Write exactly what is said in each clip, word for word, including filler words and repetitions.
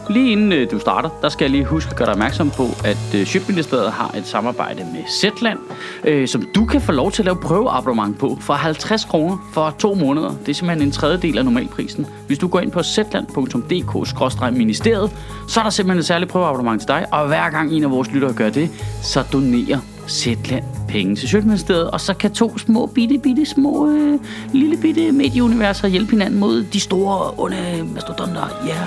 lige inden øh, du starter, der skal jeg lige huske at gøre dig opmærksom på, at øh, Sjøtministeriet har et samarbejde med Zetland, øh, som du kan få lov til at lave prøveabonnement på for halvtreds kroner for to måneder. Det er simpelthen en tredjedel af normalprisen. Hvis du går ind på zetland punktum d k skråstreg ministeriet, så er der simpelthen et særligt prøveabonnement til dig, og hver gang en af vores lyttere gør det, så donerer Zetland penge til Sjøtministeriet, og så kan to små, bitte, bitte, små, øh, lille bitte medieuniverser hjælpe hinanden mod de store, onde mastodonter. Ja. Yeah.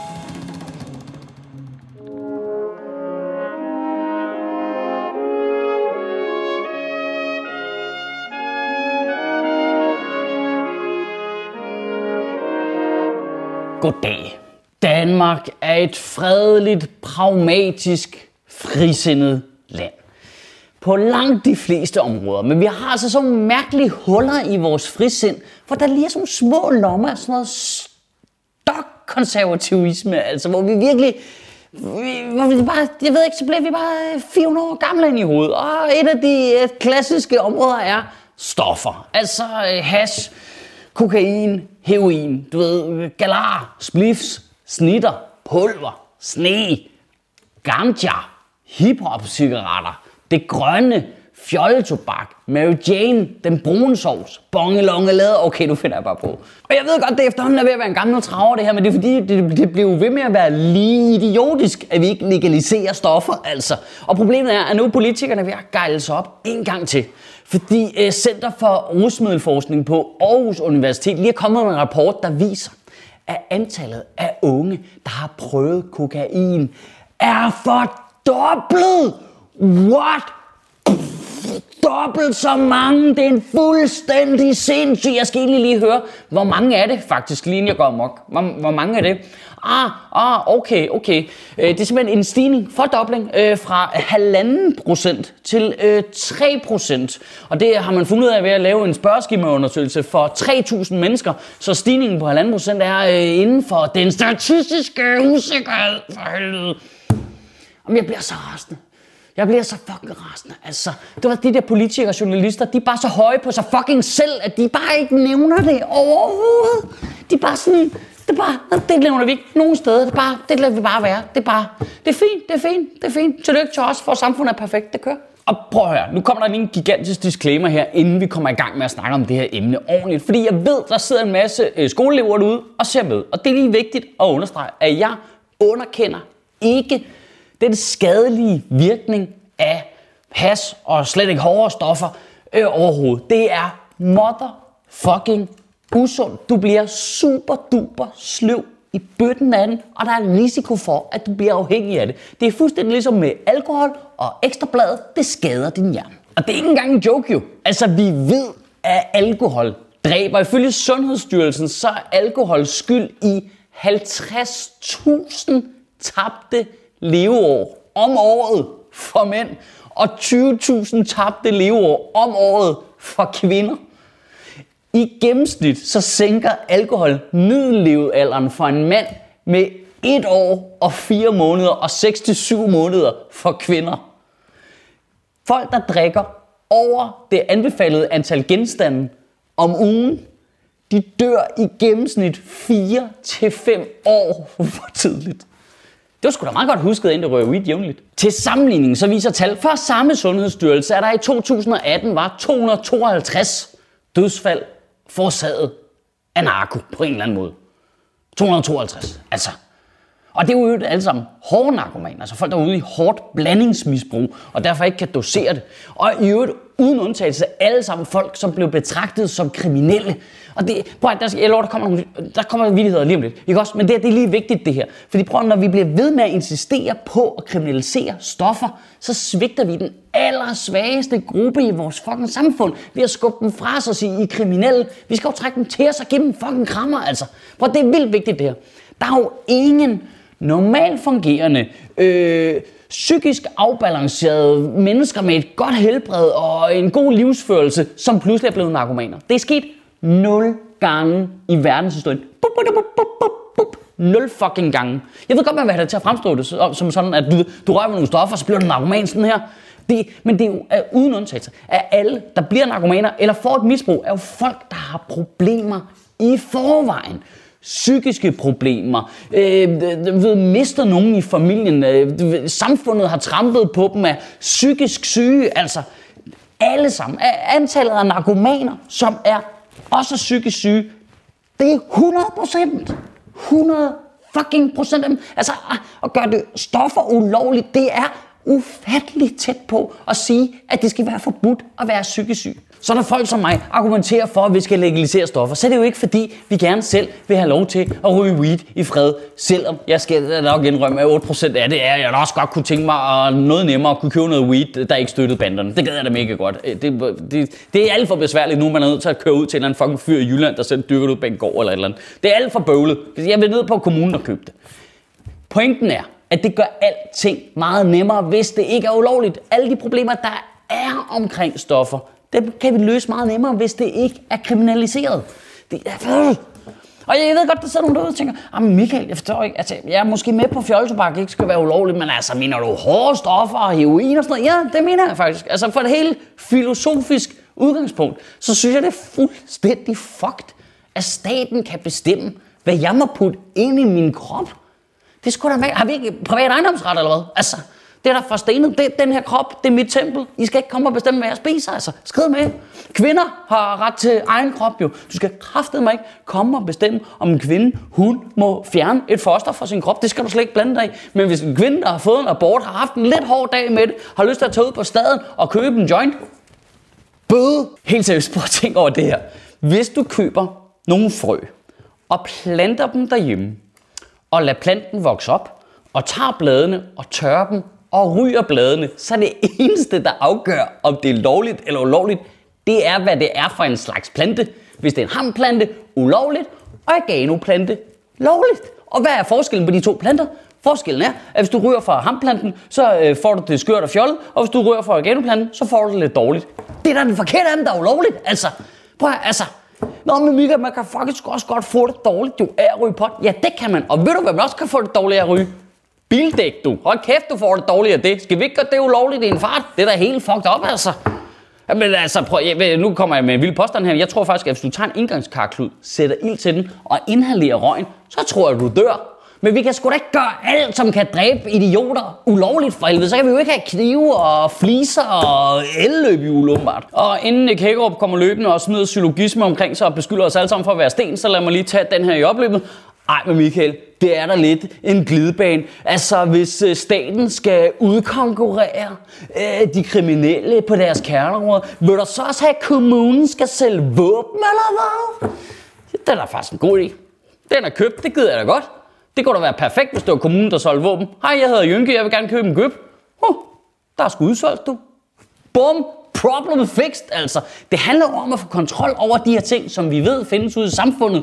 Goddag. Danmark er et fredeligt, pragmatisk, frisindet land. På langt de fleste områder, men vi har altså sådan nogle mærkelige huller i vores frisind, hvor der lige er sådan små lommer af sådan noget stokkonservativisme, altså hvor vi virkelig, hvor vi bare, jeg ved ikke, så bliver vi bare fire hundrede år gamle ind i hovedet. Og et af de klassiske områder er stoffer, altså hash, kokain, heroin, du ved, galar, spliffs, snitter, pulver, sne, ganja, hiphop-cigaretter, det grønne, fjolletobak, Mary Jane, den brune sovs, bongelonge læder. Okay, du finder jeg bare på. Og jeg ved godt, det efterhånden er ved at være en gammel traver det her, men det er fordi, det, det bliver jo ved med at være lige idiotisk, at vi ikke legaliserer stoffer, altså. Og problemet er, at nu politikerne er ved at gejle sig op en gang til. Fordi uh, Center for Rusmiddelforskning på Aarhus Universitet lige er kommet med en rapport, der viser, at antallet af unge, der har prøvet kokain, er fordoblet. What? Dobbelt så mange. Det er en fuldstændig sindssyg. Jeg skal egentlig lige høre, hvor mange er det faktisk, lige inden jeg går amok. Hvor, hvor mange er det? Ah, ah, okay, okay. Det er simpelthen en stigning, fordobling, øh, fra halvanden procent til øh, tre procent. Og det har man fundet ud af ved at lave en spørgeskemaundersøgelse for tre tusind mennesker. Så stigningen på halvanden procent er øh, inden for den statistiske usikkerhed. For helvede. Jamen, jeg bliver så rasende. Jeg bliver så fucking rasende. Altså, det var de der politikere og journalister, de er bare så høje på sig fucking selv, at de bare ikke nævner det overhovedet. De er bare sådan, det er bare, det nævner vi ikke nogen steder. Det er bare, det lader vi bare være. Det er bare, det er fint, det er fint, det er fint. Tillykke til os, for samfundet er perfekt, det kører. Og prøv at høre, nu kommer der lige en gigantisk disclaimer her, inden vi kommer i gang med at snakke om det her emne ordentligt. Fordi jeg ved, der sidder en masse øh, skoleelever derude og ser med. Og det er lige vigtigt at understrege, at jeg underkender ikke den skadelige virkning af hash og slet ikke hårdere stoffer øh, overhovedet. Det er motherfucking usundt. Du bliver super duper sløv i bøtten af den, og der er en risiko for, at du bliver afhængig af det. Det er fuldstændig ligesom med alkohol og ekstrabladet. Det skader din hjerne. Og det er ikke engang en joke jo. Altså vi ved, at alkohol dræber. Ifølge Sundhedsstyrelsen, så er alkohol skyld i halvtreds tusind tabte leveår om året for mænd, og tyve tusind tabte leveår om året for kvinder. I gennemsnit så sænker alkohol middellevealderen for en mand med et år og fire måneder og seks til syv måneder for kvinder. Folk, der drikker over det anbefalede antal genstande om ugen, de dør i gennemsnit fire til fem år for tidligt. Det var sgu da meget godt husket, inden det rører weed jævnligt. Til sammenligning så viser tal fra samme sundhedsstyrelse, at der i to tusind og atten var to hundrede og tooghalvtreds dødsfald forårsaget af narko på en eller anden måde. to hundrede og tooghalvtreds, altså. Og det er jo alle sammen hårde narkomaner, altså folk der er ude i hårdt blandingsmisbrug, og derfor ikke kan dosere det. Og i øvrigt uden undtagelse alle sammen folk, som blev betragtet som kriminelle. Og det, prøv at, der, jeg lover, der kommer nogle, der kommer vittigheder lige om lidt, ikke også? Men det, det er lige vigtigt det her. Fordi prøv at, når vi bliver ved med at insistere på at kriminalisere stoffer, så svigter vi den allersvageste gruppe i vores fucking samfund ved at skubbe dem fra os og sige, I er kriminelle. Vi skal jo trække dem til os og give dem fucking krammer, altså. Prøv at, det er vildt vigtigt det her. Der er jo ingen normalt fungerende, øh, psykisk afbalancerede mennesker med et godt helbred og en god livsførelse, som pludselig er blevet narkomaner. Det er sket nul gange i verdenshistorien. Bup, bup, bup, bup, bup, bup. Nul fucking gange. Jeg ved godt, man vil have det til at fremstå det som sådan, at du, du rører med nogle stoffer, så bliver du narkoman sådan her. Det, men det er jo er uden undtagelse, at alle, der bliver narkomaner eller får et misbrug, er jo folk, der har problemer i forvejen. psykiske problemer, øh, ved, mister nogen i familien, øh, samfundet har trampet på dem af psykisk syge, altså alle sammen. Antallet af narkomaner, som er også psykisk syge, det er hundrede procent. hundrede fucking procent af dem. Altså at gøre det stoffer ulovligt, det er ufatteligt tæt på at sige, at det skal være forbudt at være psykisk syg. Så når folk som mig argumenterer for, at vi skal legalisere stoffer, så er det jo ikke fordi, vi gerne selv vil have lov til at ryge weed i fred, selvom jeg skal nok indrømme, at otte procent af det er, jeg da også godt kunne tænke mig at noget nemmere at kunne købe noget weed, der ikke støttede banderne. Det gad jeg da mega godt. Det, det, det er alt for besværligt nu, man er nødt til at køre ud til en eller anden fucking fyr i Jylland, der selv dyrker ud på en gård eller et eller andet. Det er alt for bøvlet. Jeg vil ned på kommunen og købe det. Pointen er, at det gør alting meget nemmere, hvis det ikke er ulovligt. Alle de problemer, der er omkring stoffer, det kan vi løse meget nemmere, hvis det ikke er kriminaliseret. Det er... Og jeg ved godt, der sidder nogen derude og tænker, jamen Michael, jeg forstår ikke, altså jeg er måske med på fjolletobak, ikke skal være ulovligt, men altså mener du hårde stoffer og heroin og sådan noget? Ja, det mener jeg faktisk. Altså for et helt filosofisk udgangspunkt, så synes jeg, det er fuldstændig fucked, at staten kan bestemme, hvad jeg må putte ind i min krop. Det skulle da være. Har vi ikke privat ejendomsret eller hvad? Altså, det er der fra stenet. Det, den her krop, det er mit tempel. I skal ikke komme og bestemme, hvad jeg spiser. Altså, skrid med. Kvinder har ret til egen krop jo. Du skal kraftedeme ikke komme og bestemme, om en kvinde, hun må fjerne et foster fra sin krop. Det skal du slet ikke blande dig i. Men hvis en kvinde, der har fået en abort, har haft en lidt hård dag med det, har lyst til at tage ud på staden og købe en joint, bøde. Helt seriøst, prøv at tænke over det her. Hvis du køber nogle frø og planter dem derhjemme, og lad planten vokse op, og tager bladene og tørrer dem, og ryger bladene, så er det eneste, der afgør, om det er lovligt eller ulovligt, det er, hvad det er for en slags plante. Hvis det er en hamplante, ulovligt, og organoplante, lovligt. Og hvad er forskellen på de to planter? Forskellen er, at hvis du ryger fra hamplanten, så øh, får du det skørt og fjollet, og hvis du ryger fra organoplanten, så får du det lidt dårligt. Det er da den forkerte af dem, der er ulovligt. Altså, prøv at, altså... Nå, men Michael, man kan faktisk også godt få det dårligt, jo, af at ryge pot. Ja, det kan man. Og ved du, hvad man også kan få det dårligt af at ryge? Bildæk, du. Hold kæft, du får det dårligt af det. Skal vi ikke gøre det ulovligt i en fart? Det er da helt fucked up, altså. Men altså, prøv, jeg, nu kommer jeg med en vild påstand her. Jeg tror faktisk, at hvis du tager en indgangskarklud, sætter ild til den og inhalerer røgen, så tror jeg, at du dør. Men vi kan sgu da ikke gøre alt, som kan dræbe idioter ulovligt for helvede. Så kan vi jo ikke have knive og fliser og elløbehjul åbenbart. Og inden Nick Hækkerup kommer løbende og smider syllogisme omkring sig og beskylder os alle sammen for at være sten, så lad mig lige tage den her i opløbet. Ej, men Michael, det er da lidt en glidebane. Altså, hvis staten skal udkonkurrere øh, de kriminelle på deres kerneområder, vil der så også have, at kommunen skal sælge våben, eller hvad? Det er da faktisk en god idé. Den er købt, det gider jeg da godt. Det kunne da være perfekt, hvis det var kommunen, der solgte våben. Hej, jeg hedder Jynke, jeg vil gerne købe en køb. Huh, der er sgu udsolgt, du. Bum, problem fixed, altså. Det handler om at få kontrol over de her ting, som vi ved findes ude i samfundet.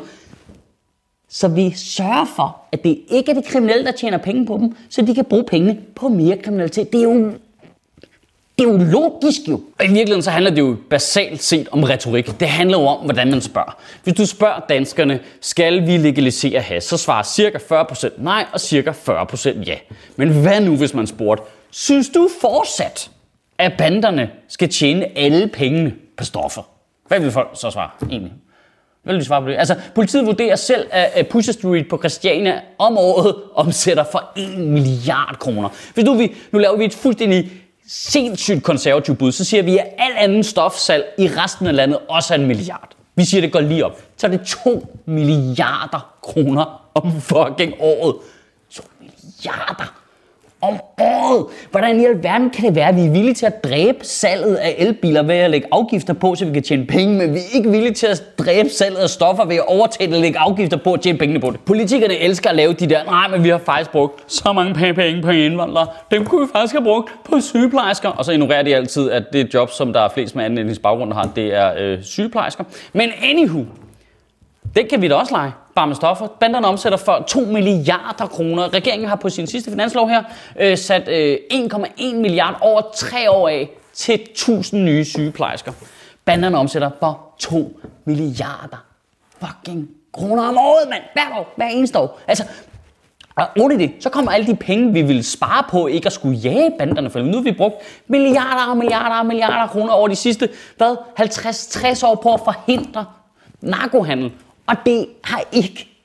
Så vi sørger for, at det ikke er de kriminelle, der tjener penge på dem, så de kan bruge pengene på mere kriminalitet. Det er jo... Det er jo logisk jo. Og i virkeligheden så handler det jo basalt set om retorik. Det handler jo om, hvordan man spørger. Hvis du spørger danskerne, skal vi legalisere hash, så svarer cirka fyrre procent nej og cirka fyrre procent ja. Men hvad nu, hvis man spurgte, synes du fortsat, at banderne skal tjene alle pengene på stoffer? Hvad vil folk så svare egentlig? Hvad vil de svare på det? Altså, politiet vurderer selv, at Pusher Street på Christiania om året omsætter for en milliard kroner. Hvis nu, vi, nu laver vi et fuldstændig sindssygt konservativt bud, så siger vi, at alt anden stofsalg i resten af landet også er en milliard. Vi siger, at det går lige op. Så er det to milliarder kroner om fucking året. to milliarder om året. Hvordan i alverden kan det være, at vi er villige til at dræbe salget af elbiler ved at lægge afgifter på, så vi kan tjene penge, men vi er ikke villige til at dræbe salget af stoffer ved at overtage det og lægge afgifter på at tjene pengene på det. Politikerne elsker at lave de der, nej, men vi har faktisk brugt så mange penge på indvandrere. Dem kunne vi faktisk have brugt på sygeplejersker. Og så ignorerer de altid, at det job, som der er flest med anden etnisk baggrund har, det er øh, sygeplejersker. Men anywho, det kan vi da også lege. Bare med stoffer. Banderne omsætter for to milliarder kroner. Regeringen har på sin sidste finanslov her øh, sat øh, en komma en milliard over tre år af til tusind nye sygeplejersker. Banderne omsætter for to milliarder fucking kroner om året, mand. Hvert år. Hver eneste år. Altså, og oven i det, så kommer alle de penge, vi ville spare på, ikke at skulle jage banderne. For nu har vi brugt milliarder og milliarder og milliarder kroner over de sidste, hvad, halvtreds til tres år på at forhindre narkohandel. Og det har ikke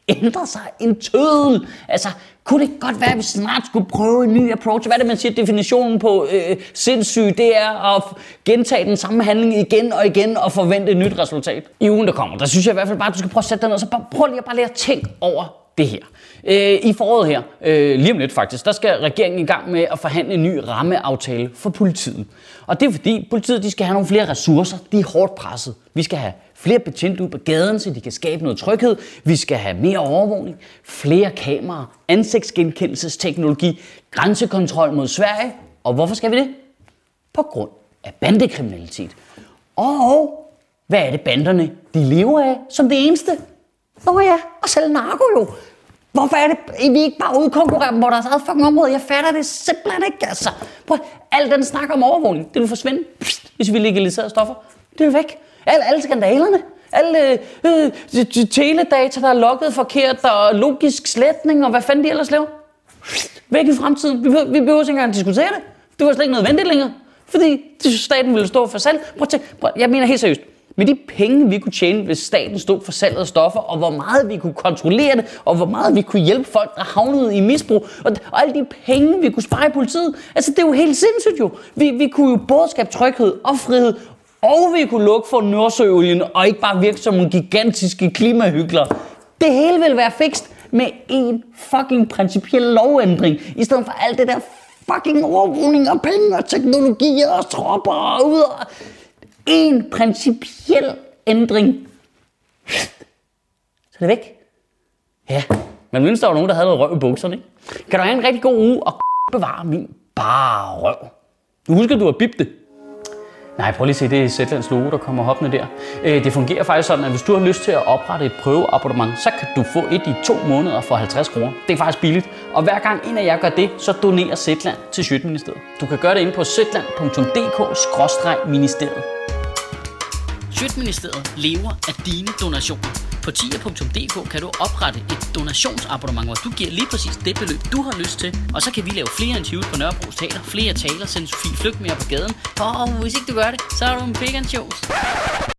ændret sig en tødel. Altså, kunne det godt være, at vi snart skulle prøve en ny approach? Hvad er det, man siger, definitionen på øh, sindssyg? Det er at gentage den samme handling igen og igen og forvente et nyt resultat. I ugen, der kommer, der synes jeg i hvert fald bare, at du skal prøve at sætte dig ned, og så bare, prøv lige at bare lige at tænke over det her. Øh, I foråret her, øh, lige om lidt faktisk, der skal regeringen i gang med at forhandle en ny rammeaftale for politiet. Og det er fordi, politiet de skal have nogle flere ressourcer. De er hårdt presset. Vi skal have flere betjente ud på gaden, så de kan skabe noget tryghed. Vi skal have mere overvågning, flere kameraer, ansigtsgenkendelsesteknologi, grænsekontrol mod Sverige. Og hvorfor skal vi det? På grund af bandekriminalitet. Og hvad er det banderne, de lever af som det eneste? Nå ja, og sælge narko jo. Hvorfor er det, at vi ikke bare udkonkurrerer dem på deres eget fucking område? Jeg fatter det simpelthen ikke, altså. Prøv, al den snak om overvågning, det vil forsvinde, pst, hvis vi legaliserer stoffer. Det er væk. Alle, alle skandalerne, alle øh, øh, teledata, der er logget forkert, og logisk sletning, og hvad fanden de ellers laver. Væk i fremtiden. Vi, vi behøver ikke engang diskutere det. Det var slet ikke nødvendigt længere, fordi staten ville stå for salg. Prøv at tænke, prøv, jeg mener helt seriøst. Med de penge, vi kunne tjene, hvis staten stod for salget af stoffer, og hvor meget vi kunne kontrollere det, og hvor meget vi kunne hjælpe folk, der havnede i misbrug, og, og alle de penge, vi kunne spare i politiet. Altså, det er jo helt sindssygt jo. Vi, vi kunne jo både skabe tryghed og frihed, og vi kunne lukke for Nordsøolien, og ikke bare virke som nogle gigantiske klimahyklere. Det hele ville være fikst med en fucking principiel lovændring, i stedet for alt det der fucking overvågning og penge og teknologi og tropper og ud og... En principiel ændring. Så er det væk. Ja, men mindst der var nogen, der havde noget røv i bukserne, ikke? Kan du have en rigtig god uge og bevare min bare røv? Du husker, du har bippet det. Nej, prøv lige at se, det er Zetlands logo, der kommer hoppende der. Det fungerer faktisk sådan, at hvis du har lyst til at oprette et prøveabonnement, så kan du få et i to måneder for halvtreds kroner. Det er faktisk billigt. Og hver gang en af jer gør det, så donerer Zetland til Sjøtministeriet. Du kan gøre det inde på zetland punktum d k skråstreg ministeriet. Sjøtministeriet lever af dine donationer. På tier punktum d k kan du oprette et donationsabonnement, hvor du giver lige præcis det beløb, du har lyst til. Og så kan vi lave flere interviews på Nørrebro Teater, flere taler, sende Sofie Flygt mere på gaden. Og hvis ikke du gør det, så er du en big and shows.